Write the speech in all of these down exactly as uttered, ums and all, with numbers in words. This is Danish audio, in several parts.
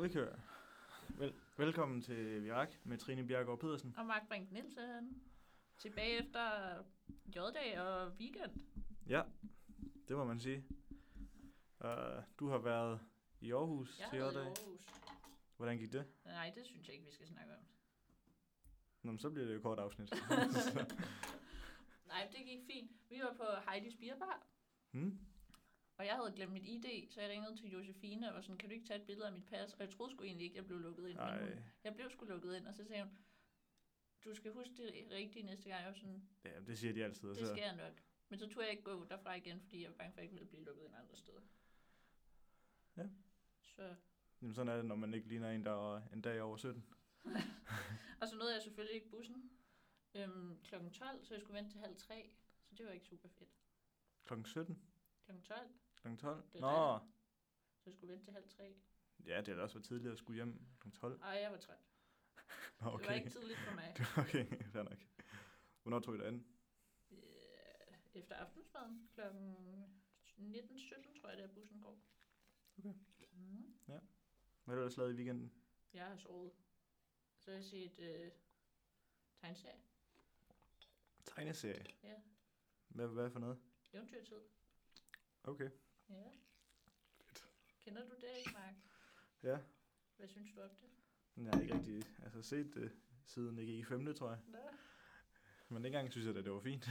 Og vi kører. Vel, velkommen til Virak med Trine Bjergård Pedersen. Og Mark Brink Nielsen. Tilbage efter J-dag og weekend. Ja, det må man sige. Uh, du har været i Aarhus Jeg til har været i J-dag. Aarhus. Hvordan gik det? Nej, det synes jeg ikke, vi skal snakke om. Nå, men så bliver det jo et kort afsnit. Nej, det gik fint. Vi var på Heidi's Bierbar. hmm? Og jeg havde glemt mit I D, så jeg ringede til Josefine og var sådan, kan du ikke tage et billede af mit pas? Og jeg troede sgu egentlig ikke, jeg blev lukket ind. Men hun, Nej. jeg blev sgu lukket ind, og så sagde hun, du skal huske det rigtige næste gang. Jeg var sådan, Ja, det siger de altid. og det så- skal jeg nok. Men så turde jeg ikke gå derfra igen, fordi jeg var bange for, at jeg ikke ville blive lukket ind andre steder. Ja. Så. Jamen, sådan er det, når man ikke ligner en, der er en dag over sytten. Og så nåede jeg selvfølgelig ikke bussen øhm, klokken tolv, så jeg skulle vente til halv tre. Så det var ikke super fedt. Klokken sytten? Klokken tolv, Klokken tolv? Det er Nå, dejligt. så jeg skulle vente til halv tre. ja, det er da også været tidligere at skulle hjem klokken tolv. Ej, jeg var træt. Nå, Det var okay. ikke tidligt for mig. Okay, fair nok. Hvornår tog I det an? Øh, Efter aftensmaden klokken nitten sytten, tror jeg, det er bussen går. Okay. Mm. Hvad har du ellers lavet i weekenden? Jeg har sovet. Så har jeg set øh, tegneserie. Tegneserie? Ja. Hvad, hvad for noget? Eventyrtid. Okay. Ja. Kender du det ikke, Mark? Ja. Hvad synes du om det? Jeg har ikke rigtig altså, set det siden jeg gik i femte, tror jeg. Nå. Men dengang synes jeg, at det var fint.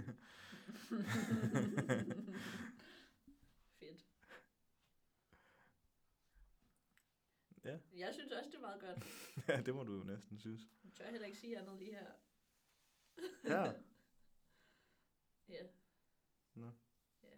Fedt. Ja. Jeg synes også, det er meget godt. Ja, det må du jo næsten synes. Jeg tør heller ikke sige andet lige her. Ja. Ja. Nå. Ja.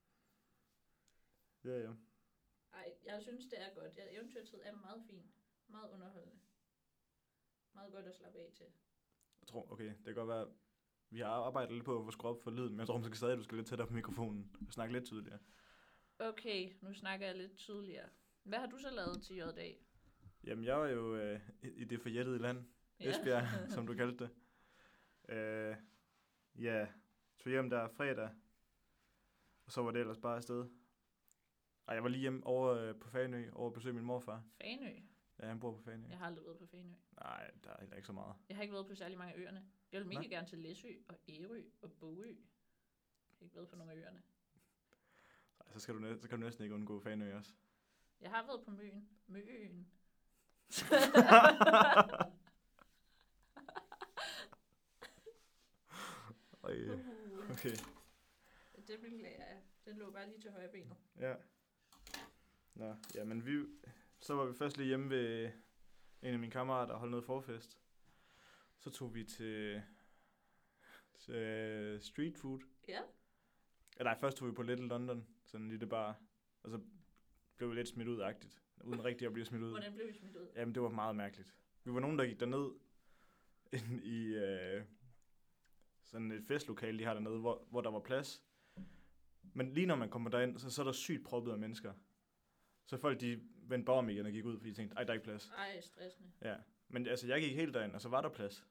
Ja, ja. Ej, jeg synes, det er godt. Ja, eventyrtid er meget fint. Meget underholdende. Meget godt at slappe af til. Jeg tror, okay, det kan godt være, vi har arbejdet lidt på at få skruet op for lyden, men jeg tror måske stadig, at du skal lidt tættere på mikrofonen og snakke lidt tydeligere. Okay, nu snakker jeg lidt tydeligere. Hvad har du så lavet til J-dag? Jamen, jeg var jo øh, i det forjættede land, Esbjerg, som du kaldte det. Øh, ja, tog hjem der fredag, og så var det ellers bare afsted. Ej, jeg var lige hjemme over øh, på Fanø, over at besøge min morfar. Fanø? Ja, han bor på Fanø. Jeg har aldrig været på Fanø. Nej, der er heller ikke så meget. Jeg har ikke været på særlig mange af øerne. Jeg vil mega Nå. gerne til Læsø og Ærø og Bogø. Jeg har ikke været på nogle af øerne. Ej, så, skal du næ- så kan du næsten ikke undgå Fanø også. Jeg har været på Møen. Møen. Ej, Uh, okay. det beklager jeg. Den lå bare lige til højre benet. Ja. Nå, ja, men vi, så var vi først lige hjemme ved en af mine kammerater og holdt noget forfest. Så tog vi til, til street food. Ja. Ja, nej, først tog vi på Little London, sådan en lille bar, og så blev vi lidt smidt ud-agtigt, uden rigtig at blive smidt ud. Hvordan blev vi smidt ud? Jamen, det var meget mærkeligt. Vi var nogen, der gik derned ind i øh, sådan et festlokale, de har dernede, hvor, hvor der var plads. Men lige når man kommer derind, så, så er der sygt proppet af mennesker. Så folk, de vendte bare om igen og gik ud, fordi de tænkte, ej, der er ikke plads. Ej, stressende. Ja, men altså, jeg gik helt derind, og så var der plads.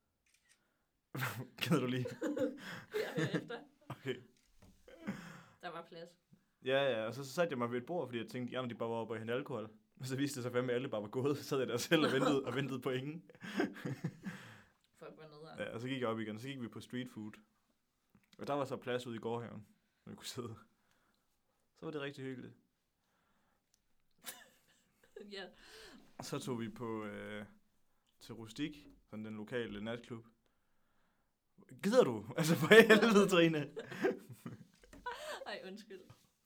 Gider du lige? Jeg hører efter. Okay. Der var plads. Ja, ja, og så, så satte jeg mig ved et bord, fordi jeg tænkte, de andre de bare var oppe og hente alkohol. Og så viste det sig fandme, at alle bare var gået. Så sad jeg der selv og ventede, og ventede på ingen. Folk var nederen. Ja, og så gik jeg op igen, og så gik vi på street food. Og der var så plads ude i gårdhaven, hvor vi kunne sidde. Så var det rigtig hyggeligt. Ja. Så tog vi på øh, til Rustik, sådan den lokale natklub. Gider du? Altså for helvede, Trine. Ej, undskyld.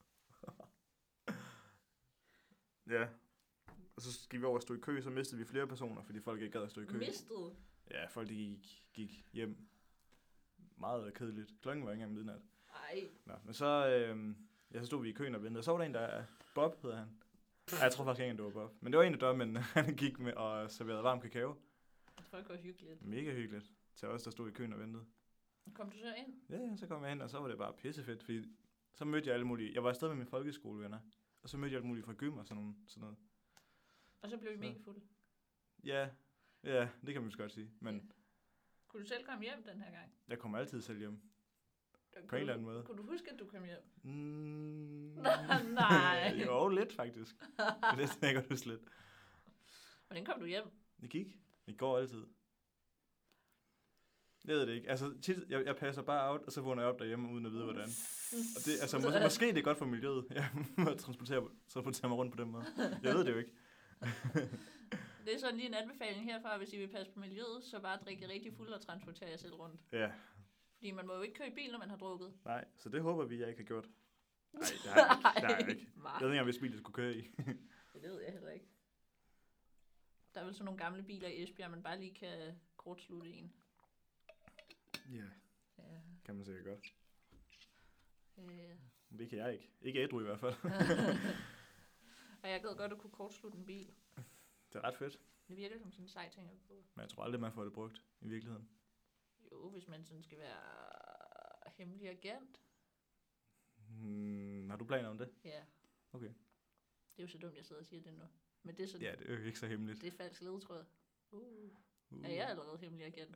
Ja. Og så gik vi over og stå i kø, så mistede vi flere personer, fordi folk ikke gad at stå i kø. Mistet? Ja, folk de gik, gik hjem. Meget kedeligt. Klokken var ikke engang midnat. Ej. Nå, men så, øh, ja, så stod vi i køen og ventede. Så var der en, der Bob hedder han. Ej, jeg tror faktisk ikke, det var Bob. Men det var en af dørmændene, han gik med og serverede varm kakao. Folk var hyggeligt. Mega hyggeligt. Til os, der stod i køen og ventede. Kom du så ind? Ja, ja, så kom jeg hen, og så var det bare pissefedt, fordi så mødte jeg alle mulige. Jeg var afsted med mine folkeskolevenner, og så mødte jeg alle mulige fra gym og sådan, nogle, sådan noget. Og så blev vi Så. mega fulde. Ja, ja, det kan man vist godt sige. Men Ja. Kunne du selv komme hjem den her gang? jeg kommer altid selv hjem. Kunne På en eller anden måde. Kunne du huske, at du kom hjem? Mm. Nej. Jo, lidt faktisk. Lidt, jeg kan godt huske lidt. Hvordan kom du hjem? Det gik. Det går altid. Jeg ved det ikke. Altså, tit, jeg, jeg passer bare out, og så vågner jeg op derhjemme, uden at vide, hvordan. Og det, altså, mås- måske det er godt for miljøet. Jeg må transportere, transportere mig rundt på den måde. Jeg ved det jo ikke. Det er sådan lige en anbefaling herfra, hvis I vil passe på miljøet, så bare drikke rigtig fuld og transportere jer selv rundt. Ja. Fordi man må jo ikke køre i bil, når man har drukket. Nej, så det håber vi, jeg ikke har gjort. Nej, det har jeg ikke. Det har jeg ikke. Jeg ved ikke engang, hvis bil jeg skulle køre i. Det ved jeg heller ikke. Der er vel sådan nogle gamle biler i Esbjerg, man bare lige kan kortslutte en. Ja, Ja. kan man sikkert godt. Øh. Det kan jeg ikke. Ikke ædru i hvert fald. Og jeg gad godt at kunne kortslutte en bil. Det er ret fedt. Det virker som sådan en sej ting at på. Men jeg tror aldrig, man får det brugt i virkeligheden. Jo, hvis man sådan skal være hemmelig agent. Hmm, har du planer om det? Ja. Okay. Det er jo så dumt, jeg sidder og siger det nu. Men det er sådan, Ja, det er jo ikke så hemmeligt. det er falsk ledetråd. Uh. Uh. Er jeg allerede hemmelig agent?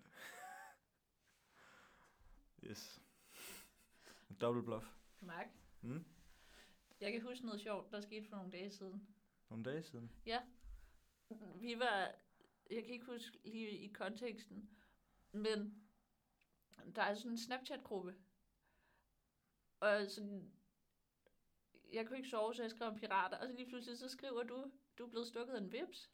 Yes. Double bluff. Mark? Mm? Jeg kan huske noget sjovt, der skete for nogle dage siden. Nogle dage siden. Ja. Vi var, jeg kan ikke huske lige i konteksten, men der er sådan en Snapchat-gruppe. Og sådan, jeg kunne ikke sove, så jeg skrev om pirater, og så lige pludselig så skriver du, du er blevet stukket af en vips.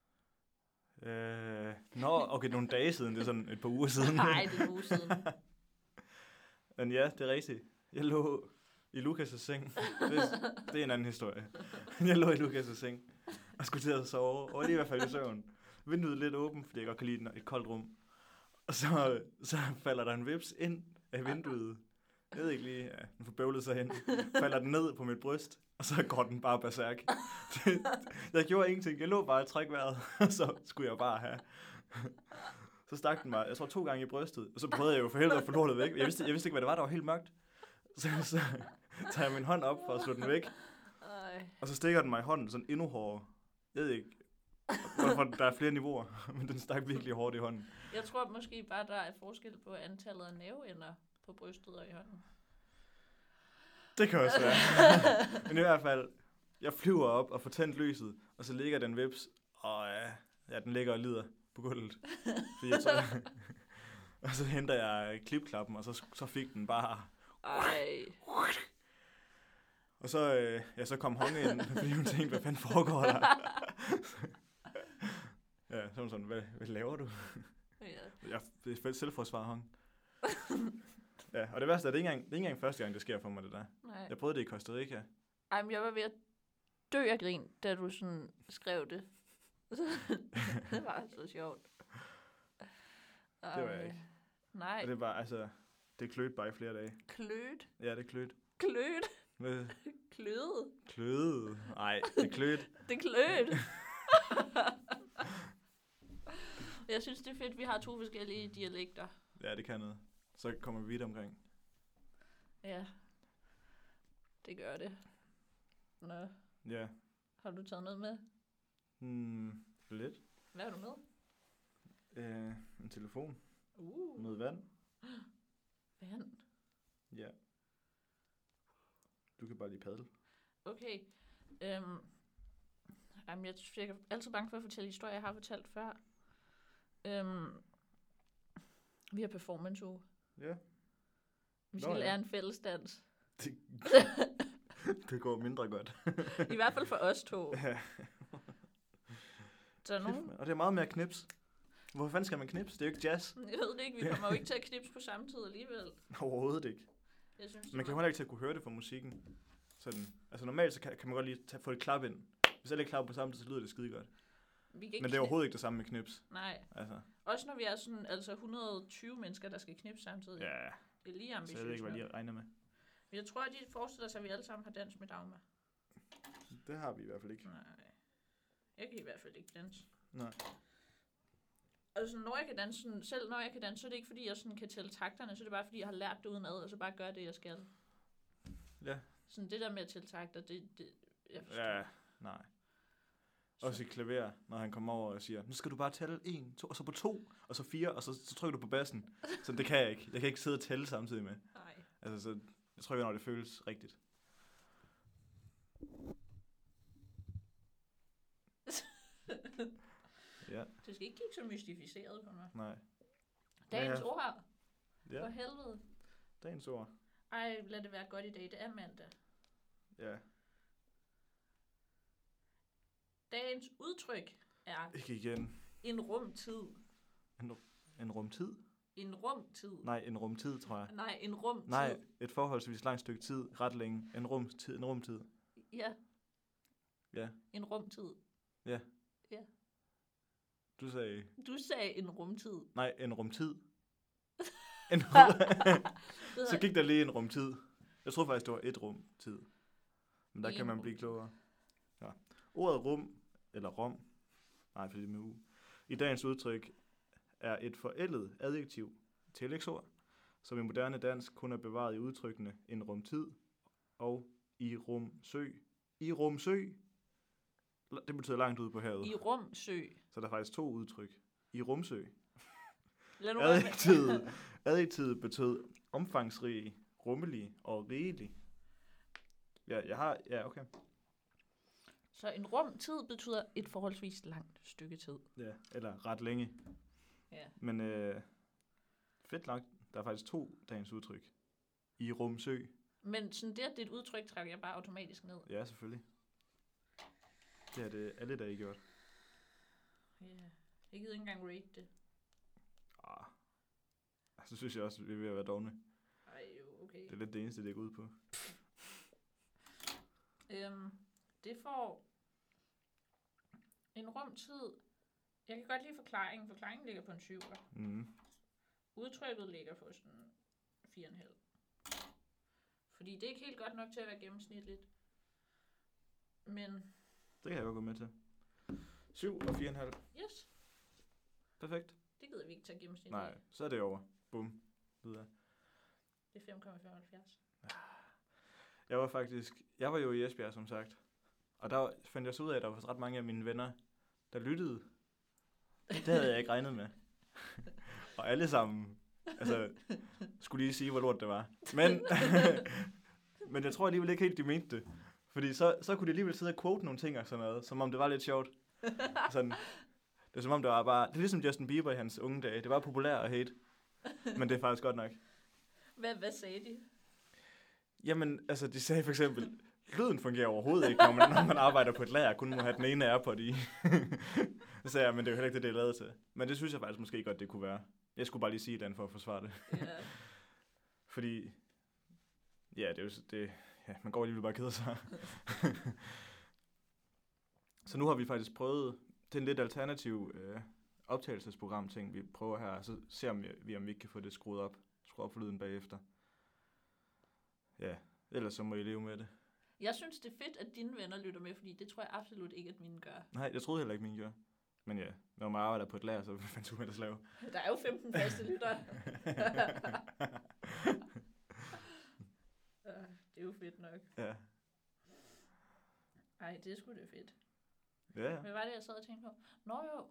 Øh, nå, okay, nogle dage siden. Det er sådan et par uger siden. Nej, det er en uge siden. Men ja, det er rigtigt. Jeg lå i Lukas' seng. Det, det er en anden historie. Jeg lå i Lukas' seng og skulle til at sove. Og lige i hvert fald i søvn. Vinduet lidt åbent, fordi jeg godt kan lide et koldt rum. Og så, så falder der en vips ind af vinduet. Jeg ved ikke lige, ja, den får bøvlet sig hen. Falder den ned på mit bryst, og så går den bare berserk. Jeg gjorde ingenting. Jeg lå bare og træk vejret, og så skulle jeg bare have. Så stak den mig, jeg tror to gange i brystet, og så prøvede jeg jo for helvede at få lortet væk. Jeg vidste, jeg vidste ikke, hvad det var, der var helt mørkt. Så, så tager jeg min hånd op for at slå den væk, og så stikker den mig i hånden sådan endnu hårdere. Jeg ved ikke, hvorfor der er flere niveauer, men den stak virkelig hårdt i hånden. Jeg tror måske bare, der er forskel på antallet af nerveender på brystet og i hånden. Det kan også være. Men i hvert fald, jeg flyver op og får tændt lyset, og så ligger den vips, og ja, ja den ligger og lider på gulvet. Fordi jeg tror, og så henter jeg klipklappen, og så, så fik den bare... Ej. Og så, øh, ja, så kom Honge ind, fordi hun tænkte, hvad fanden foregår der? Ja, så var hun sådan, hvad, hvad laver du? Ja. Jeg, det er selvforsvar, Honge. Ja, og det værste er, det er ikke engang, det er ikke engang første gang, det sker for mig, det der. Nej. Jeg prøvede det i Costa Rica. Ej, men jeg var ved at dø af grin, da du sådan skrev det. Det var så sjovt. Det var jeg ikke. Nej. Og det var, altså, det klødte bare i flere dage. Klødt? Ja, det klødte. Klødt? Hvad? Kløde? Kløde? Nej, det klødte. Det klødt. Jeg synes, det er fedt, vi har to forskellige dialekter. Ja, det kan noget. Så kommer vi vidt omkring. Ja, det gør det. Nå, Ja. har du taget noget med? Hmm, lidt. Hvad har du med? Øh, en telefon. Uh, Noget vand. vand. Ja. Du kan bare lige padle. Okay. Øhm, jamen, jeg, jeg er altid bange for at fortælle historier, jeg har fortalt før. Øhm, vi har performance uge. Ja. Vi Nå, skal ja. lære en fællesdans. Det, det går mindre godt. I hvert fald for os to. Ja. Så er Kæft, nogen... mand. Og det er meget mere knips. Hvorfor fanden skal man knips? Det er jo ikke jazz. Jeg ved det ikke, vi kommer jo ikke til at knipse på samme tid alligevel. Overhovedet ikke. Jeg synes, Man kan jo heller ikke til at kunne høre det fra musikken. Sådan. Altså normalt så kan, kan man godt lige tage, få et klap ind. Hvis alle klapper på samme tid, så lyder det skide godt. vi kan ikke Men det er overhovedet ikke det samme med knips. Nej. Altså, Også når vi er sådan, altså et hundrede og tyve mennesker, der skal knipse samtidig. ja. Det er lige Så ambitiøst. jeg ved ikke, hvad nok. jeg lige regner med. Men jeg tror, at de forestiller sig, at vi alle sammen har dans med Dagmar. Det har vi i hvert fald ikke. Nej. Jeg kan i hvert fald ikke danse. Nej. Altså, når jeg kan danse, sådan, selv når jeg kan danse, så er det ikke, fordi jeg sådan kan tælle takterne, så er det bare, fordi jeg har lært det udenad, og så bare gør det, jeg skal. Ja. Sådan det der med at tælle takter, det, det jeg forstår. Ja, nej. Også i klaver, når han kommer over og siger, nu skal du bare tælle en, to, og så på to, og så fire, og så, så trykker du på bassen. Så det kan jeg ikke. Jeg kan ikke sidde og tælle samtidig med. Nej. Altså, så jeg trykker, når det føles rigtigt. Ja. Det skal ikke kigge så mystificeret på mig. Nej. Dagens Ja. ord. Ja. For helvede. Dagens ord. Ej, lad det være godt i dag. Det er mandag. Ja. Dagens udtryk er Ikke igen. en rumtid. En, en rumtid? En rumtid. Nej, en rumtid, tror jeg. Nej, en rumtid. Nej, et forholdsvis langt stykke tid, ret længe. En rumtid, en rumtid. Ja. Ja. En rumtid. Ja. Ja. Du sagde... Du sagde en rumtid. Nej, en rumtid. En rum... Så gik der lige en rumtid. Jeg troede faktisk, det var et rumtid. Men der En kan man blive rumtid. klogere. Ja. Ordet rum, eller rom, nej, fordi det er med u, i dagens udtryk er et forældet adjektiv, tillægsord, som i moderne dansk kun er bevaret i udtrykkene en rumtid og i rumsø. I rumsø, det betyder langt ude på havet. I rumsø. Så der er faktisk to udtryk. I rumsø. Lad nu være med- Adjektivet, adjektivet betød omfangsrig, rummelig og rigelig. Ja, jeg har... Ja, okay. Så en rumtid betyder et forholdsvis langt stykke tid. Ja, eller ret længe. Ja. Men øh, fedt nok, der er faktisk to dagens udtryk. I rumsø. Men sådan det, at det er et udtryk, trækker jeg bare automatisk ned. Ja, selvfølgelig. Det er det alle dage gjort. Ja. Jeg gider ikke engang rate det. Ah. Så synes jeg også, at vi er ved at være dogne. Ej, jo, okay. Det er lidt det eneste, det går ud på. Øhm, det får en rumtid. Jeg kan godt lide forklaringen. Forklaringen ligger på en syver. Mm. Udtrykket ligger på sådan fire komma fem. Fordi det er ikke helt godt nok til at være gennemsnitligt. Men, Det kan jeg godt gå med til. syv og fire komma fem. yes, Perfekt. det gider vi ikke tage gennemsnitligt. Nej, så er det over. Bum. Videre. Det er fem komma femoghalvfjerds. Jeg var faktisk... Jeg var jo i Esbjerg, som sagt. Og der fandt jeg så ud af, at der var ret mange af mine venner, der lyttede. Det havde jeg ikke regnet med. Og alle sammen, altså, skulle lige sige, hvor lort det var. Men, men jeg tror alligevel ikke helt, de mente det. Fordi så, så kunne de alligevel sidde og quote nogle ting og sådan noget, som om det var lidt sjovt. Sådan, det er som om det var bare... Det er ligesom Justin Bieber i hans unge dage. Det var populær at hate. Men det er faktisk godt nok. Hvad, hvad sagde de? Jamen, altså, de sagde for eksempel, lyden fungerer overhovedet ikke, når man, når man arbejder på et lager, kun må have den ene AirPod i. Så sagde jeg, men det er jo heller ikke det, det er lavet til. Men det synes jeg faktisk måske godt, det kunne være. Jeg skulle bare lige sige den for at forsvare det. Ja. Fordi, ja, det er jo, det, ja, man går alligevel bare og keder sig. Så nu har vi faktisk prøvet, det er en lidt alternativ øh, optagelsesprogram ting, vi prøver her, så ser vi, vi, om vi ikke kan få det skruet op, skruet op for lyden bagefter. Ja, ellers så må I leve med det. Jeg synes, det er fedt, at dine venner lytter med, fordi det tror jeg absolut ikke, at mine gør. Nej, jeg troede heller ikke, min gør. Men ja, når man arbejder på et lager, så fandt du med at slave. Der er jo femten faste lyttere. Øh, det er jo fedt nok. Ja. Ej, det er sgu da fedt. Ja, ja. Hvad var det, jeg sad og tænkte på? Nå jo.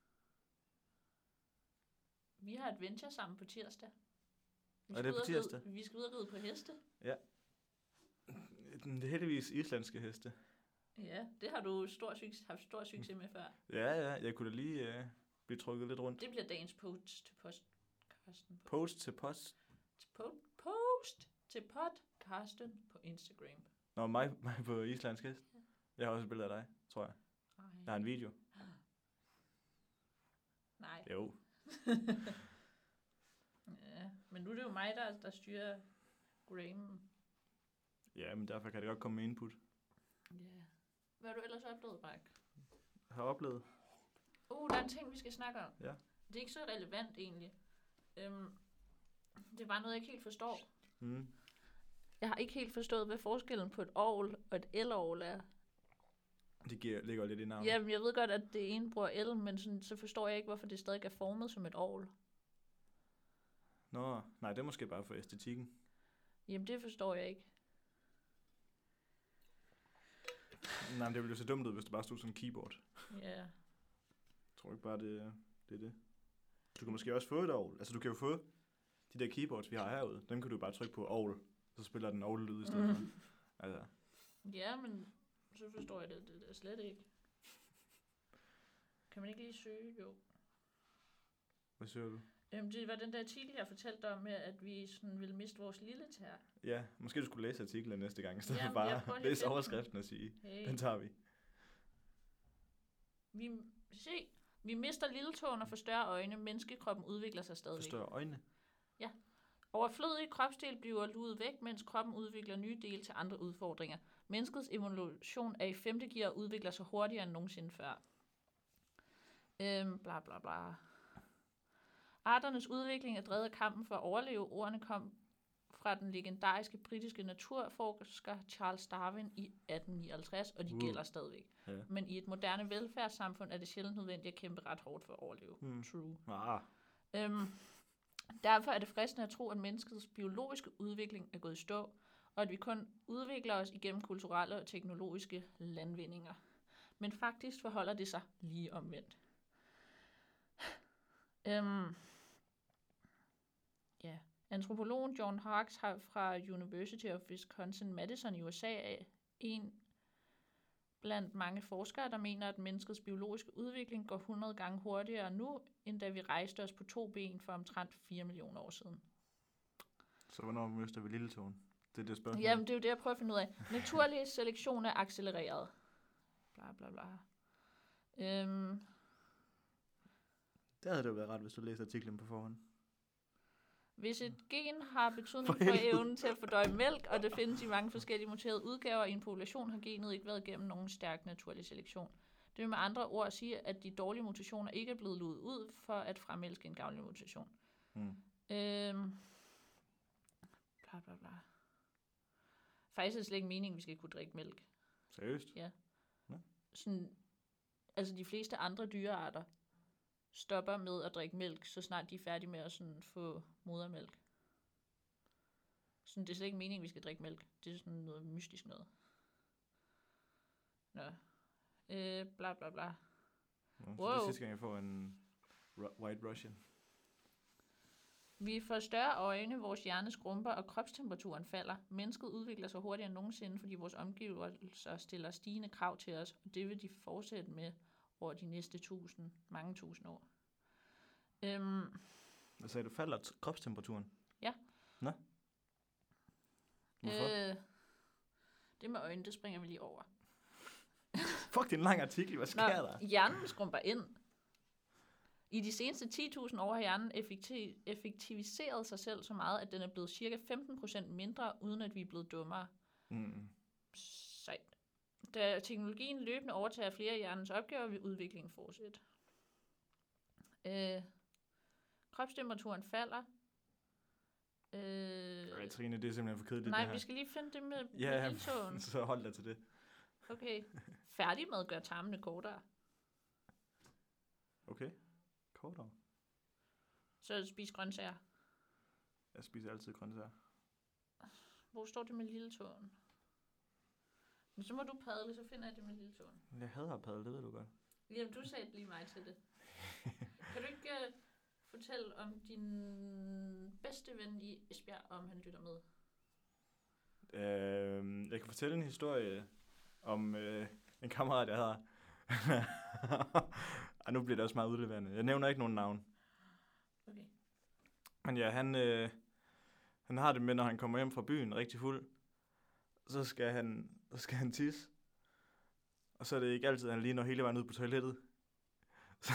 Vi har adventure sammen på tirsdag. Vi Er skal det ud på og tirsdag? Ride, vi skal ud og ride på heste. Det er heldigvis islandske heste. Ja, det har du stor succes, haft stor succes med før. Ja, ja, jeg kunne da lige øh, blive trukket lidt rundt. Det bliver dagens post til podcasten. På, Post til post. til po- post til podcasten på Instagram. Nå, mig, mig på islandsk hest. Jeg har også et billede af dig, tror jeg. Ej. Jeg har en video. Nej. Jo. Ja, men nu er det jo mig, der, der styrer Graham. Ja, men derfor kan det godt komme med input. Ja. Hvad har du ellers oplevet, Bak? Jeg har oplevet. Uh, der er en ting, vi skal snakke om. Ja. Det er ikke så relevant, egentlig. Øhm, det er bare noget, jeg ikke helt forstår. Mm. Jeg har ikke helt forstået, hvad forskellen på et orgel og et el-orgel er. Det giver, ligger lidt i navnet. Jamen, jeg ved godt, at det ene bruger el, men sådan, så forstår jeg ikke, hvorfor det stadig er formet som et orgel. Nå, nej, det er måske bare for æstetikken. Jamen, det forstår jeg ikke. Nej, men det ville jo se dumt ud, hvis det bare stod som en keyboard. Ja. Jeg tror ikke bare, det, er- det er det. Du kan måske også få et orgel. Altså, du kan jo få de der keyboards, vi har herude. Dem kan du bare trykke på orgel. Så spiller den orgel-lyd i stedet for. Mm. Altså, Ja, men så forstår jeg det, det, det slet ikke. Kan man ikke lige søge? Jo. Hvad søger du? Øhm, det var den der artikel, jeg fortalte om, med, at vi sådan ville miste vores lille tær. Ja, måske du skulle læse artiklen næste gang, i stedet Jamen, for jeg prøver bare lige at læse finde overskriften og sige, Hey. den tager vi. Vi, se, vi mister lilletåen og får større øjne. Menneskekroppen udvikler sig stadigvæk. Forstørre øjnene. Ja. Overflødige kropsdele bliver luet væk, mens kroppen udvikler nye dele til andre udfordringer. Menneskets evolution er i femte gear og udvikler sig hurtigere end nogensinde før. Øhm, bla bla bla. Arternes udvikling er drevet af kampen for at overleve. Ordene kom fra den legendariske britiske naturforsker Charles Darwin i atten nioghalvtreds, og de Uh. gælder stadigvæk. Ja. Men i et moderne velfærdssamfund er det sjældent nødvendigt at kæmpe ret hårdt for at overleve. Hmm. True. Ah, Øhm, derfor er det fristende at tro, at menneskets biologiske udvikling er gået i stå, og at vi kun udvikler os igennem kulturelle og teknologiske landvindinger. Men faktisk forholder det sig lige omvendt. Øhm, ja. Antropologen John Hawkes har fra University of Wisconsin-Madison i U S A er en blandt mange forskere, der mener, at menneskets biologiske udvikling går hundrede gange hurtigere nu, end da vi rejste os på to ben for omtrent fire millioner år siden. så hvornår mister vi lilletåen? Det er det spørgsmål. Jamen, det er jo det, jeg prøver at finde ud af. Naturlig selektion er accelereret. Bla, bla, bla. Øhm, Det havde det jo været ret, hvis du læste artiklen på forhånd. hvis et gen har betydning For for, helvede. evnen til at fordøje mælk, og det findes i mange forskellige muterede udgaver i en population, har genet ikke været igennem nogen stærk naturlig selektion. Det vil med andre ord sige, at de dårlige mutationer ikke er blevet luet ud for at fremælske en gavnlig mutation. Mm. Øhm, bla, bla, bla. Faktisk er det slet ikke meningen, at vi skal kunne drikke mælk. Seriøst? Ja. Nå. Sådan, altså de fleste andre dyrearter stopper med at drikke mælk, så snart de er færdige med at sådan få modermælk. Sådan, det er slet ikke meningen, at vi skal drikke mælk. Det er sådan noget mystisk noget. Nå. Øh, bla bla bla. Nå, så det Wow. er sidste gang, jeg får en ru- White Russian. Vi får større øjne, vores hjerne skrumper, og kropstemperaturen falder. Mennesket udvikler sig hurtigere end nogensinde, fordi vores omgivelser stiller stigende krav til os, og det vil de fortsætte med over de næste tusind, mange tusind år. Øhm, Hvad sagde du? Falder t- kropstemperaturen? Ja. Nå? Hvorfor? øh, det med øjnene, det springer vi lige over. Fuck, det er en lang artikel. Hvad sker der? Hjernen skrumper ind. I de seneste ti tusind år har hjernen effektiv- effektiviseret sig selv så meget, at den er blevet cirka femten procent mindre, uden at vi er blevet dummere. Mm. Sejt. Da teknologien løbende overtager flere af hjernens opgaver, vil udviklingen fortsætte. Øh, kropstemperaturen falder. Øh, Ej, Trine, det er simpelthen for kedeligt, nej, det her. vi skal lige finde det med, Ja, med lilletåen. så hold dig til det. Okay. Færdigmad gør tarmene kortere. Okay. Kortere. Så spis grøntsager. Jeg spiser altid grøntsager. Hvor står det med lilletåen? Men så må du padle, så finder jeg det med lilletåen. Jeg hader padel, det ved du godt. Jamen, du sagde lige mig til det. Kan du ikke uh, fortælle om din bedste ven i Esbjerg, om han lytter med? Øh, jeg kan fortælle en historie om øh, en kammerat, jeg har. Ej, nu bliver det også meget udleverende. Jeg nævner ikke nogen navn. Okay. Men ja, han, øh, han har det med, når han kommer hjem fra byen rigtig fuld, så skal han, så skal han tisse. Og så er det ikke altid, at han lige når hele vejen ud på toilettet. Så,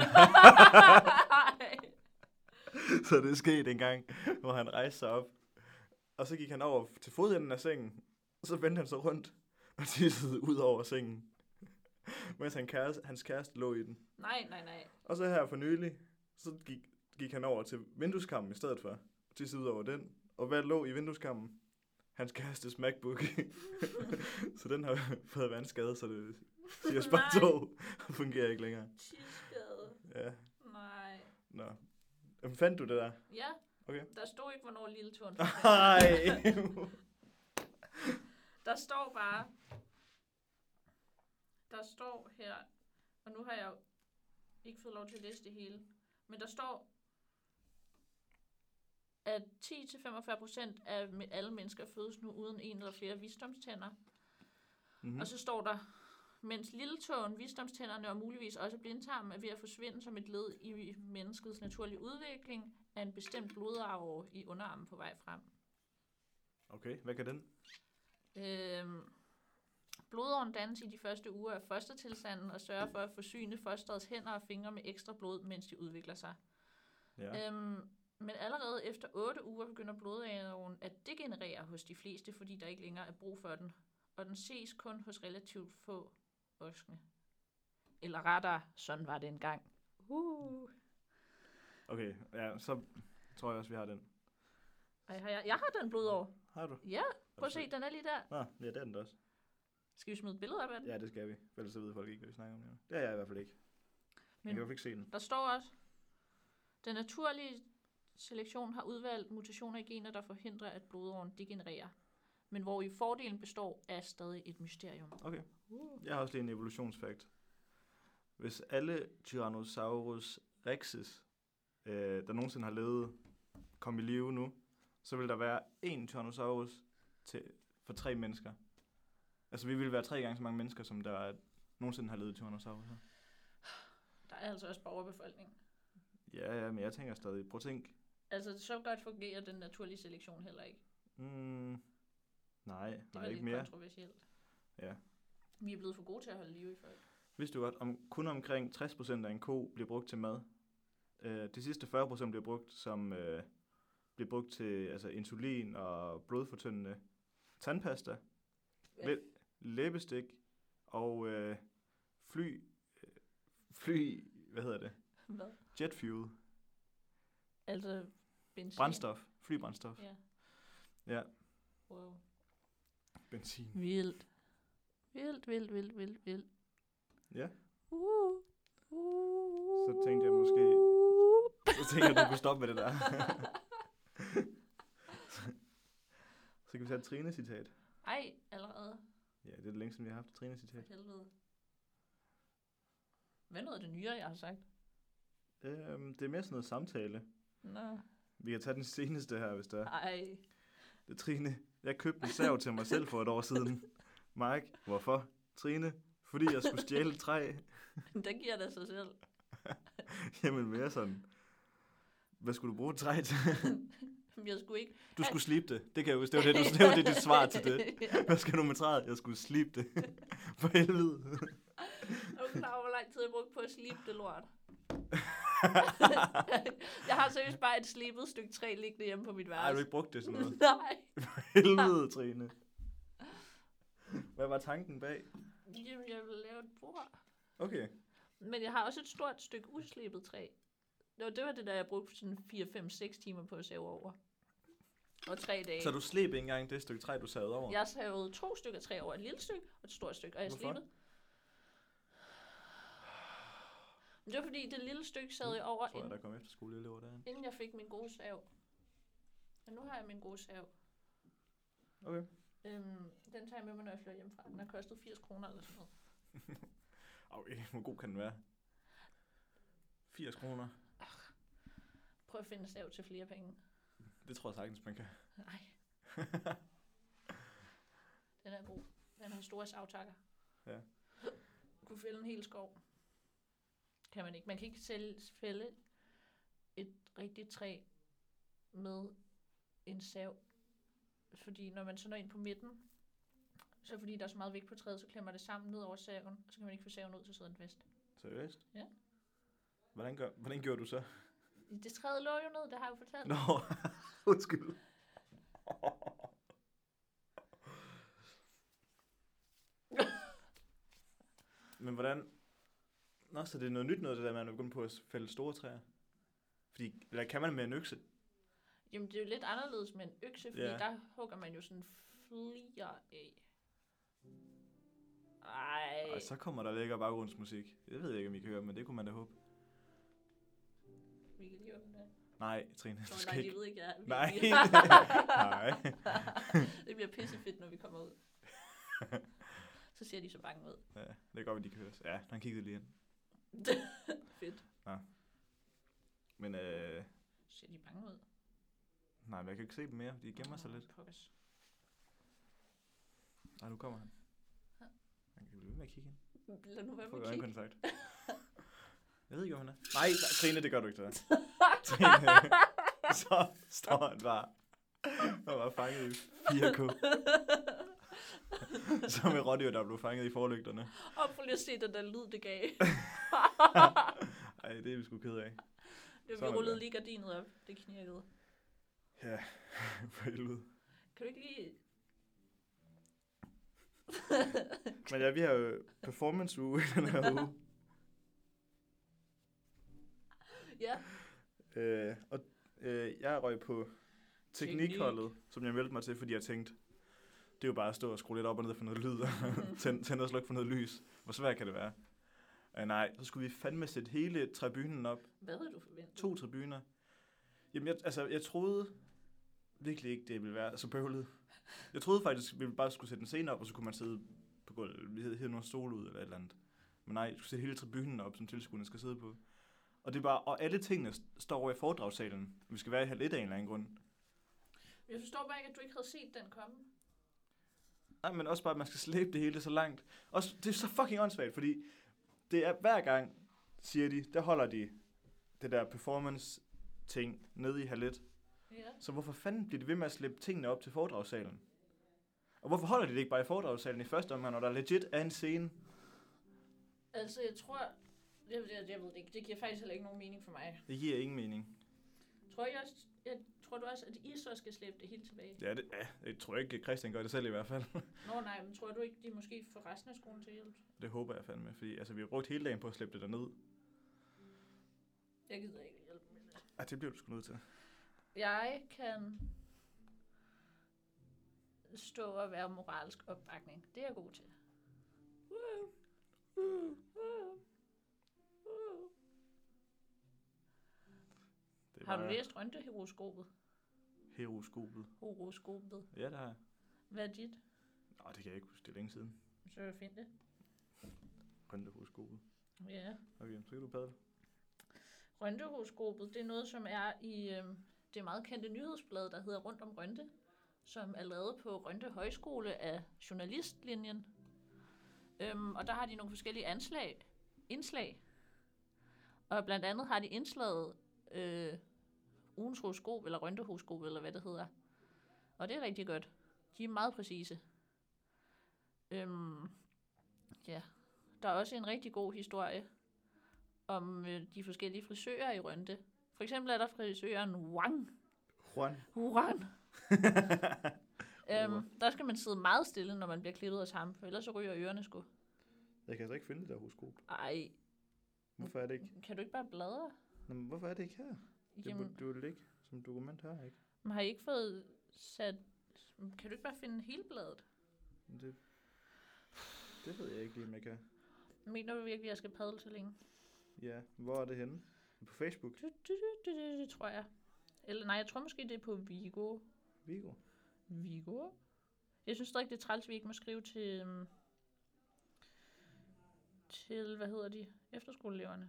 så det skete en gang, hvor han rejste sig op. Og så gik han over til fodenden af sengen, og så vendte han sig rundt og tissede ud over sengen. Mens han kæreste, hans kæreste lå i den. Nej, nej, nej. Og så her for nylig, så gik, gik han over til vindueskammen i stedet for. Og tissede ud over den. Og hvad lå i vindueskammen? Hans kærestes MacBook. Så den har fået vandskade, så det siger spar to. Og fungerer ikke længere. Tidsskade. Ja, Nej. nå. Jamen, fandt du det der? Ja, Okay. der stod ikke, hvornår lilletåen Ej. Der står bare, der står her, og nu har jeg jo ikke fået lov til at læse det hele, men der står, at ti til femogfyrre procent af alle mennesker fødes nu uden en eller flere visdomstænder. Mm-hmm. Og så står der, Mens lilletåen, visdomstænderne og muligvis også blindtarmen er ved at forsvinde som et led i menneskets naturlige udvikling, er en bestemt blodarv i underarmen på vej frem. Okay, hvad kan den? Øhm, blodåren dannes i de første uger af fostertilstanden og sørger for at forsyne fosterets hænder og fingre med ekstra blod, mens de udvikler sig. Ja. Øhm, men allerede efter otte uger begynder blodåren at degenerere hos de fleste, fordi der ikke længere er brug for den. Og den ses kun hos relativt få voksne. Eller rettere, sådan var det engang. Uh. Okay, ja, så tror jeg også, vi har den. Ej, har jeg, jeg har den blodår. Har du? Ja, prøv at se, den er lige der. Nå, ja, det er den da også. Skal vi smide et billede op af den? Ja, det skal vi. Ellers så ved folk ikke, hvad vi snakker om nu. Det er jeg i hvert fald ikke. Men jeg kan jo ikke se den. Der står også, den naturlige selektion har udvalgt mutationer i gener, der forhindrer, at blodåren degenererer. Men hvor i fordelen består, er stadig et mysterium. Okay. Uh. Jeg har også lige en evolutionsfakt. Hvis alle Tyrannosaurus rexes, øh, der nogensinde har levet, kom i live nu, så vil der være én Tyrannosaurus til, for tre mennesker. Altså, vi vil være tre gange så mange mennesker, som der nogensinde har levet Tyrannosaurus. Der er altså også borgerbefolkning. Ja, ja, men jeg tænker stadig. Prøv at tænk. Altså, så godt fungerer den naturlige selektion heller ikke. Mm, nej, Det nej, var ikke lidt mere. kontroversielt. Ja. Vi er blevet for gode til at holde liv i folk. Vidste du godt, om kun omkring tres procent af en ko bliver brugt til mad. Øh, de sidste fyrre procent bliver brugt som øh, bliver brugt til altså insulin og blodfortyndende tandpasta, Ja. læ- læbestik og øh, fly øh, fly hvad hedder det? Hvad? Jet fuel, Altså benzin. brændstof, flybrændstof. Ja. Ja, Wow. benzin. Vildt. Vildt, vildt, vildt, vildt, vildt. Ja, Uh. Uh. så tænkte jeg måske, så tænkte jeg, du kunne stoppe med det der. Så kan vi tage et Trine-citat. Ej, allerede. Ja, det er det længe siden, vi har haft et For Trine-citat. helvede. Hvad er noget af det nyere, jeg har sagt? Øhm, det er mere sådan noget samtale. Nå. Vi kan tage den seneste her, hvis der er. Ej. Det er Trine. Jeg købte en sav til mig selv for et år siden. Mike, hvorfor? Trine, fordi jeg skulle stjæle et træ. Den giver da sig selv. Jamen mere sådan. Hvad skulle du bruge et træ til? Jeg skulle ikke... Du skulle slibe det. Det kan jeg huske. Det var det, du, det var det, dit svar til det. Hvad skal du med træet? Jeg skulle slibe det. For helvede. Er du klar over, hvor lang tid jeg brugte på at slibe det lort? Jeg har seriøst bare et slibet stykke træ liggende hjemme på mit værelse. Ej, du har ikke brugt det sådan noget. Nej. For helvede, Trine. Hvad var tanken bag? Jamen, jeg vil lave et bord. Okay. Men jeg har også et stort stykke uslibet træ. Det var det, var det der, jeg brugte sådan fire, fem, seks timer på at save over. Og tre dage. Så du sleb ikke engang det stykke træ, du savede over? Jeg savede to stykker træ over. Et lille stykke og et stort stykke. Og jeg Hvorfor? slibede. Men det var fordi, det lille stykke sad jeg over, Tror jeg, inden, der kom efter skoleelever derinde. inden jeg fik min gode sav. Men nu har jeg min gode sav. Okay. Øhm, den tager jeg med mig, når jeg flytter hjemmefra. Den har kostet firs kroner eller sådan noget. Okay, hvor god kan den være? firs kroner. Prøv at finde sav til flere penge. Det tror jeg sagtens, man kan. Nej. Den er god. Den har store savtakker. Ja. Du kunne fælde en hel skov. Kan man ikke. Man kan ikke sælge, fælde et rigtigt træ med en sav. Fordi når man så når ind på midten, så fordi der er så meget vægt på træet, så klemmer det sammen ned over saven, og så kan man ikke få saven ud, så sidder den fast. Seriøst? Ja. Hvordan, gør, hvordan gjorde du så? Det træet lå jo ned, det har jeg jo fortalt. Nå, undskyld. Men hvordan... Nå, så det er noget nyt noget, det der med, at man begynder på at fælde store træer? Fordi, eller kan man med en økse? Jamen, det er jo lidt anderledes med en økse, fordi Ja. der hugger man jo sådan flier af. Ej. Og så kommer der lækker baggrundsmusik. Jeg ved ikke, om I kan høre, men det kunne man da håbe. Vi kan lige åbne det. Nej, Trine, Nå, du skal nej, ikke... de ved ikke, jeg er. Nej. Vi- Nej. Det bliver pissefedt, når vi kommer ud. Så ser de så bange ud. Ja, det er godt, at de kan høre. Ja, han kiggede lige ind. Fedt. Men øh... Så ser de bange ud. nej, men jeg kan ikke se dem mere. De gemmer sig lidt. Pokkers. Nej, nu kommer han. Han kan blive ved med at kigge ind. Lad nu være Få med at kigge. øjenkontakt. Jeg ved ikke, hvor han er. Nej, Trine, det gør du ikke, så. Trine, så står han bare og var fanget i fire K. Som en rådyr, der blev fanget i forlygterne. Og prøv lige at se den der lyd, det gav. Ej, det er vi sgu ked af. Det, vi Sådan rullede der. lige gardinet op. Det knirkede. Ja, for helvede. Kan du ikke lige... Men ja, vi har jo performance uge i den her uge. Ja. Øh, og øh, jeg røg på teknikholdet, som jeg meldte mig til, fordi jeg tænkte, det er jo bare at stå og skrue lidt op og ned for noget lyd, og tænde, tænde og slukke for noget lys. Hvor svært kan det være? Øh, nej, så skulle vi fandme sætte hele tribunen op. Hvad havde du forventet? To tribuner. Jamen, jeg, altså, jeg troede virkelig ikke, det ville være så bøvlet. Jeg troede faktisk, vi bare skulle sætte en scene op, og så kunne man sidde på gulvet, vi havde nogle stole ud eller et eller andet. Men nej, jeg skulle sætte hele tribunen op, som tilskuerne skal sidde på. Og det er bare, og alle tingene står over i foredragssalen. Vi skal være i halv et af en eller anden grund. Jeg forstår bare ikke, at du ikke havde set den komme. Nej, men også bare, at man skal slæbe det hele så langt. Også, det er så fucking åndssvagt, fordi det er hver gang, siger de, der holder de det der performance-ting nede i halv et. Ja. Så hvorfor fanden bliver de ved med at slæbe tingene op til foredragssalen? Og hvorfor holder de det ikke bare i foredragssalen i første omgang, når der legit er en scene? Altså, jeg tror... Jeg, jeg, jeg ved det ikke. Det giver faktisk heller ikke nogen mening for mig. Det giver ingen mening. Tror jeg også... Jeg tror du også, at I så skal slæbe det helt tilbage? Ja, det, ja, jeg tror ikke, at Christian gør det selv i hvert fald. Nå nej, men tror du ikke, de måske får resten af skolen til hjælp? Det håber jeg fandme, fordi altså, vi har brugt hele dagen på at slæbe det derned. Jeg gider ikke hjælpe med det. Ej, det bliver du sgu nødt til. Jeg kan stå og være moralsk opbakning. Det er jeg god til. Det Har du bare læst Røntehoroskopet? Horoskopet. Horoskopet. Ja, det har jeg. Hvad er dit? Nå, det kan jeg ikke huske, det er længe siden. Så find det. Røntehoroskopet. Ja. Okay, så kan du padle. Røntehoroskopet, det er noget, som er i øh, det meget kendte nyhedsblad, der hedder Rundt om Rønte, som er lavet på Rønte Højskole af journalistlinjen. Øhm, og der har de nogle forskellige anslag, indslag. Og blandt andet har de indslaget øh, ugens horoskop, eller Røntehoroskop, eller hvad det hedder. Og det er rigtig godt. De er meget præcise. Øhm, ja. Der er også en rigtig god historie om øh, de forskellige frisører i Rønte. For eksempel er der frisøren Wang. Juan. Juan. øhm, der skal man sidde meget stille, når man bliver klippet hos ham, for ellers så ryger ørerne sgu. Jeg kan altså ikke finde det der horoskop. Ej, Hvorfor er det ikke? kan du ikke bare bladre? Nå, men hvorfor er det ikke her? Det Jamen, burde du jo ligge som dokument her, ikke? man har I ikke fået sat... Kan du ikke bare finde hele bladet? Men Det, det ved jeg ikke lige, om jeg kan. Mener du virkelig, at jeg skal padle så længe? Ja, hvor er det henne? På Facebook? Det, det, det, det, det tror jeg. Eller nej, jeg tror måske, det er på Vigo. Vigo? Vigo? Jeg synes stadig, det er træls, vi ikke må skrive til... Um, til, hvad hedder de? Efterskoleeleverne.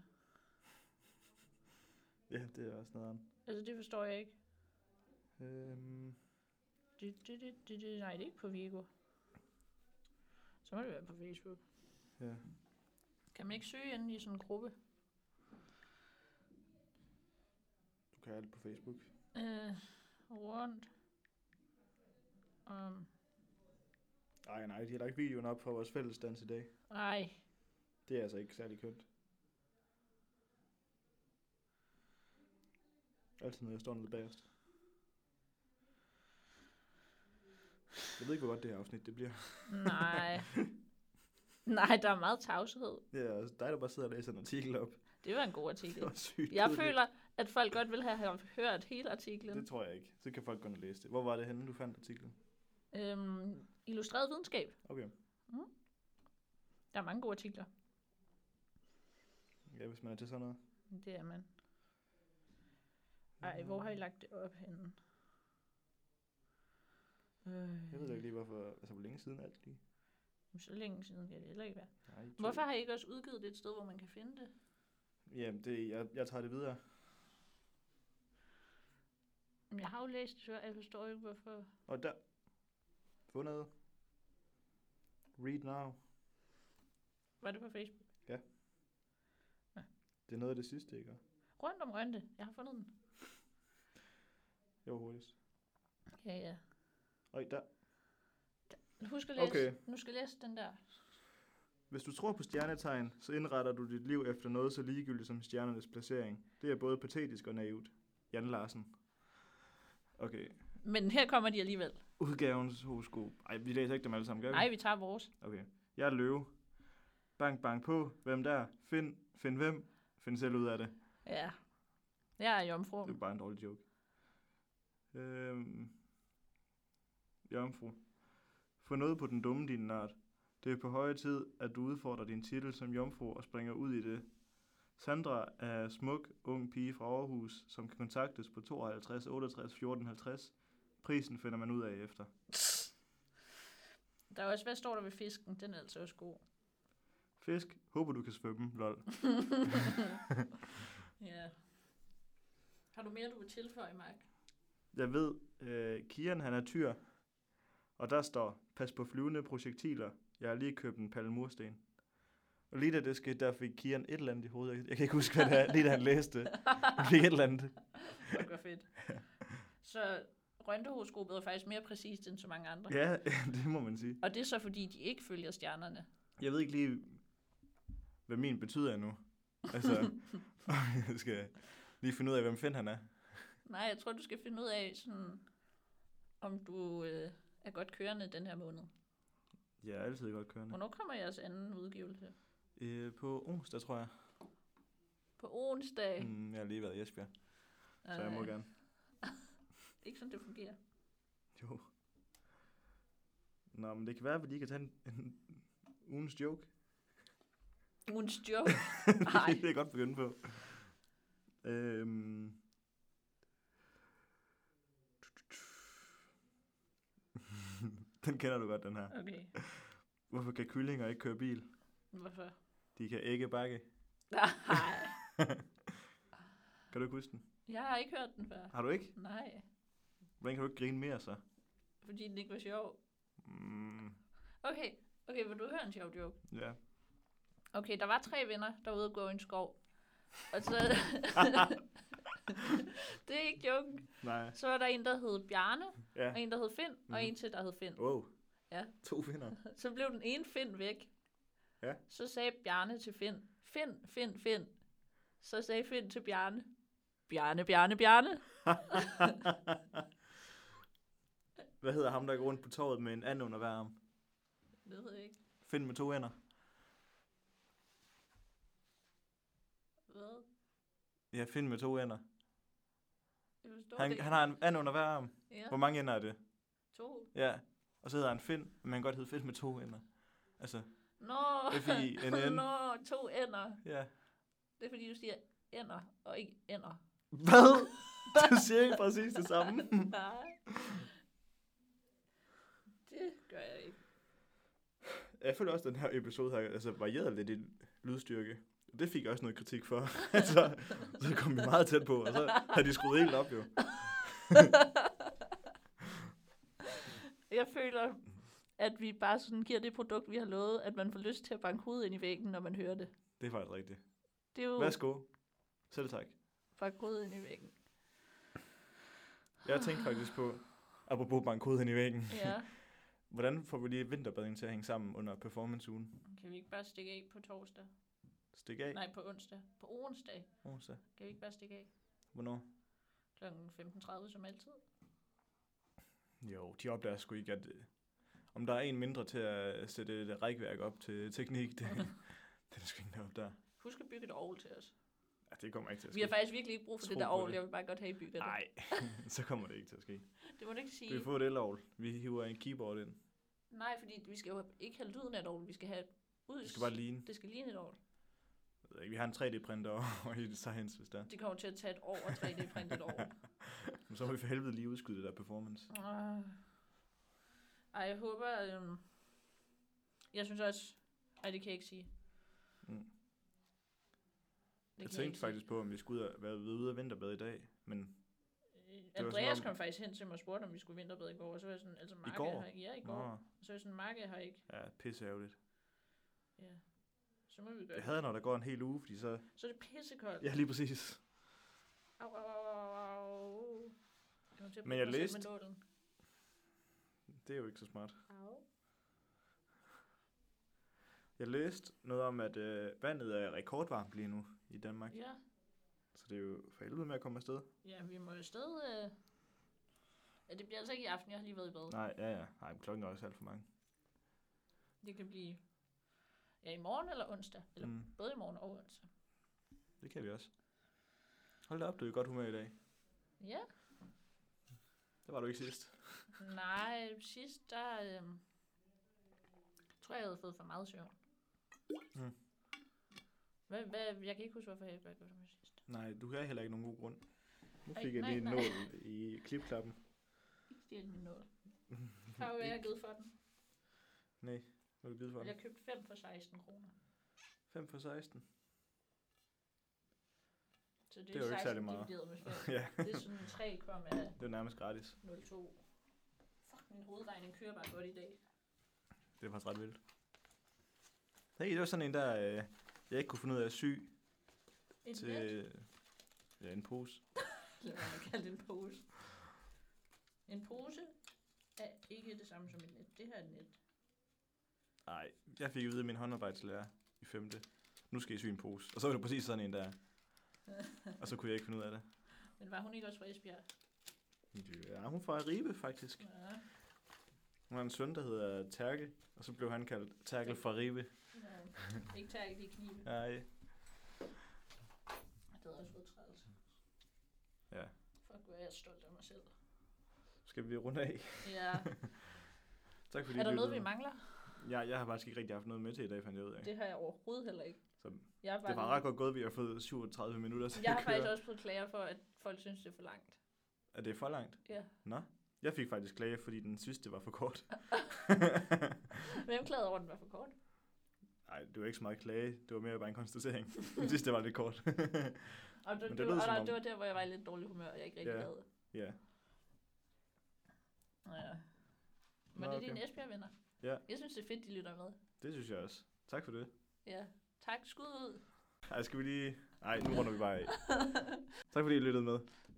Ja, det er også noget andet. Altså, det forstår jeg ikke. Øhm, Det, det, det, det, det, nej, det er ikke på Vigo. Så må det være på Facebook. ja. Kan man ikke søge inde i sådan en gruppe? Du kan alt på Facebook. Øh, rundt om... Ej, nej, de har lagt videoen op for vores fællesdans i dag. Ej, Det er altså ikke særlig kønt. Altid når jeg står nede bagerst. Jeg ved ikke, hvor godt det her afsnit det bliver. nej. Nej, der er meget tavshed. Det er altså dig, der bare sidder og læser en artikel op. Det var en god artikel. Det var sygt Jeg kedeligt. føler, at folk godt vil have hørt hele artiklen. Det tror jeg ikke. Så kan folk gå ind og læse det. Hvor var det henne, du fandt artiklen? Øhm, illustreret videnskab. Okay. Der er mange gode artikler. Ja, hvis man er til sådan noget. Det er man. Ej, hvor har I lagt det op henne? Øh, Jeg ved da ikke lige, hvorfor... Altså, hvor længe siden alt lige? Så længe siden kan det heller ikke være. Nej, to- Hvorfor har I ikke også udgivet det et sted, hvor man kan finde det? Jamen, det, jeg, jeg tager det videre. Men jeg har jo læst det før, jeg forstår ikke, hvorfor. Og der. Fundet. Read now. Var det på Facebook? Det er noget af det sidste, ikke? Rundt om Rønte. Jeg har fundet den. Det var hurtigt. Ja, ja. Øj, der. Husk at læse. Okay. Nu skal jeg læse den der. Hvis du tror på stjernetegn, så indretter du dit liv efter noget så ligegyldigt som stjernernes placering. Det er både patetisk og naivt. Jan Larsen. Okay. Men her kommer de alligevel. Udgavens horoskop. Ej, vi læser ikke dem alle sammen, gør vi? Nej, vi tager vores. Okay. Jeg er løve. Bank, bank på. Hvem der? Find, find hvem? Find selv ud af det. Ja. Jeg er jomfru. Det er bare en dårlig joke. Øhm. Jomfru. Få noget på den dumme, din nørd. Det er på høje tid, at du udfordrer din titel som jomfru og springer ud i det. Sandra er smuk, ung pige fra Aarhus, som kan kontaktes på tooghalvtreds otteogtres fjorten halvtreds. Prisen finder man ud af efter. Der er også, hvad står der ved fisken? Den er altså også god. Fisk. Håber du kan svømme, lol. Ja. Har du mere, du vil tilføje, Mark? Jeg ved, øh, Kian han er tyr, og der står, pas på flyvende projektiler. Jeg har lige købt en palle mursten. Og lige da det skete, der fik Kian et eller andet i hovedet. Jeg kan ikke huske, hvad det er, lige da han læste. Han fik et eller andet. Det var fedt. Så Røntehoroskopet er faktisk mere præcist end så mange andre. Ja, det må man sige. Og det er så, fordi de ikke følger stjernerne. Jeg ved ikke lige, hvad min betyder endnu. Altså, jeg skal lige finde ud af, hvem Finn han er. Nej, jeg tror, du skal finde ud af, sådan, om du øh, er godt kørende den her måned. Jeg er altid godt kørende. Hvornår kommer jeres anden udgivelse? Øh, på onsdag, tror jeg. På onsdag? Mm, jeg har lige været i Esbjerg, så jeg må gerne. Ikke sådan, det fungerer. Jo. Nå, men det kan være, at vi lige kan tage en, en ugens joke. Ugens joke? Nej. Det er jeg godt begynde på. Øhm. Den kender du godt, den her. Okay. Hvorfor kan kyllinger ikke køre bil? Hvorfor? De kan ikke bakke. Nej. Kan du ikke huske den? Jeg har ikke hørt den før. Har du ikke? Nej. Hvordan kan du ikke grine mere så? Fordi den ikke var sjov. Mm, Okay, okay, vil du høre en sjov joke? ja. Okay, der var tre venner, der var ude at gå i en skov. Og så... det er ikke joken. Nej. Så var der en, der hed Bjarne, Ja. og en, der hed Finn, og Mhm. en til, der hed Finn. Wow. Ja. To finder. Så blev den ene Finn væk. Ja. Så sagde Bjarne til Finn, Finn, Finn, Finn. Så sagde Finn til Bjarne, Bjarne, Bjarne, Bjarne. Hvad hedder ham, der går rundt på torvet med en and under hver arm? Det ved jeg ikke. Finn med to ender. Hvad? Ja, Finn med to ender. Jeg forstår Han, det ikke. han har en and under hver arm. Ja, Hvor mange ender er det? to. Ja. Og så hedder han Finn, men man kan godt hedde Finn med to ender. Altså, Nå, F I N N. Nå, to ender. ja. Det er fordi, du siger ender, og ikke ender. Hvad? Du siger ikke præcis det samme. Nej. Det gør jeg ikke. Jeg føler også, at den her episode har altså, varieret lidt i lydstyrke. Det fik jeg også noget kritik for. altså, så kom vi meget tæt på, og så har de skruet helt op jo. Jeg føler, at vi bare sådan giver det produkt, vi har lovet, at man får lyst til at banke hovedet ind i væggen, når man hører det. Det er faktisk rigtigt. Det er jo Værsgo. Selv tak. banke hovedet ind i væggen. Jeg tænkte faktisk på, apropos banke hovedet ind i væggen, Ja. hvordan får vi lige vinterbadning til at hænge sammen under performanceugen? Kan vi ikke bare stikke af på torsdag? Stik af. Nej, på onsdag. På onsdag. Onsdag. Kan vi ikke bare stikke af? Hvornår? Klokken femten tredive som altid. Jo, de opdager sgu ikke, at øh, om der er en mindre til at sætte et rækværk op til teknik, det, det er sgu ikke noget op der. Husk at bygge et ovl til os. Ja, det kommer ikke til at ske. Vi har faktisk virkelig ikke brug for Tro det der på ovl. det. Jeg vil bare godt have, I bygger det. Nej, så kommer det ikke til at ske. Det må du ikke Du sige. kan få et el-ovl. Vi hiver en keyboard ind. Nej, fordi vi skal jo ikke have lyden af et ovl. Vi skal have ud. Det skal bare ligne. Det skal ligne et ovl. Jeg ved ikke, vi har en tre D-printer over i Science, hvis der. Det kommer til at tage et år at tre D-printe et ovl. Men så må vi for helvede lige udskyde det der performance. Uh. Ej, jeg håber... Um... Jeg synes også... Ej, det kan jeg ikke sige. Mm. Det Jeg kan tænkte ikke faktisk på, om vi skulle ud og være ude og vinterbade i dag, men sige. var Andreas som om- kom faktisk hen til mig og spurgte, om vi skulle vinterbade i går, og så var jeg sådan, altså Marke går? har ikke. Ja, i går. nå, Og så var jeg sådan, Marke har ikke. ja, pisse ærgerligt. Ja. Så må vi gøre Jeg det. hader, når der går en hel uge, fordi så... Så er det pissekoldt. Ja, lige præcis. Au, au, au, au. Jeg kommer til at Men jeg prøve mig læste- selv med nålen. Det er jo ikke så smart. Au. Jeg læste noget om, at øh, vandet er rekordvarmt lige nu i Danmark. Ja. Så det er jo for helvede med at komme afsted. Ja, vi må jo stadig... Øh... Ja, det bliver altså ikke i aften. Jeg har lige været i bad. Nej, ja, ja. Nej, men klokken er også alt for mange. Det kan blive... Ja, i morgen eller onsdag. Eller Mm, både i morgen og onsdag. det kan vi også. Hold da op, du er i godt humør i dag. Ja. Det var du ikke sidst. Nej, sidst der... Øh... tror jeg, jeg havde fået for meget søvn. Mm. Hvad, hvad, jeg kan ikke huske, hvorfor jeg ikke var godt med sidst. Nej, du har heller ikke nogen god grund. Nu Ej, fik jeg nej, lige en nej. nål i klipklappen. Ikke stjæle min nål. Hvad har jeg givet for den? Nej, hvad har du givet for den? Jeg købte fem for seksten kroner. fem for seksten. Så det, Det er jo ikke særlig seksten meget. divideret med fem. Ja, Det er sådan tre komma det er nærmest gratis. nul to. Fuck, min hovedregning kører bare godt i dag. Det er faktisk ret vildt. Hey, det var sådan en, der øh, jeg ikke kunne finde ud af at sy En til net? ja, en pose. Lad mig kalde det en pose. En pose er ikke det samme som et net. Det her er et net. Nej, jeg fik at vide af min håndarbejdslærer i femte. Nu skal I sy en pose. Og så var det præcis sådan en der. Og så kunne jeg ikke finde ud af det. Men var hun ikke også fra Esbjerg? Ja, hun er fra Ribe faktisk. Ja. Hun har en søn, der hedder Terkel. Og så blev han kaldt Terkel fra Ribe. ja. Ikke tærke, det er knive. Nej. Det havde også været træls. Ja. Fuck, hvor er jeg stolt af mig selv. Skal vi runde af? Ja. Tak fordi Er der I noget, vi lyttede. mangler? Ja, jeg har faktisk ikke rigtig haft noget med til i dag, fandt jeg ud af. Det har jeg overhovedet heller ikke. Så Jeg har, det var ret godt gået, vi har fået syvogtredive minutter til jeg har at køre. faktisk også fået klager for, at folk synes, det er for langt. Er det for langt? Ja. Nå. Jeg fik faktisk klage, fordi den sidste var for kort. Hvem klagede over, at den var for kort? Nej, det var ikke så meget klage. Det var mere bare en konstatering. Den sidste var lidt kort. Og, det, Men det det, lød og som der, om- det var der, hvor jeg var i lidt dårlig humør, og jeg ikke rigtig Ja. gad. Ja. Ja. Var Nå, det okay. dine Esbjerg-venner? Ja. Jeg synes, det er fedt, de lytter med. Det synes jeg også. Tak for det. Ja. Tak, skud ud. Ej, skal vi lige... Nej, nu runder vi bare af. Tak fordi I lyttede med.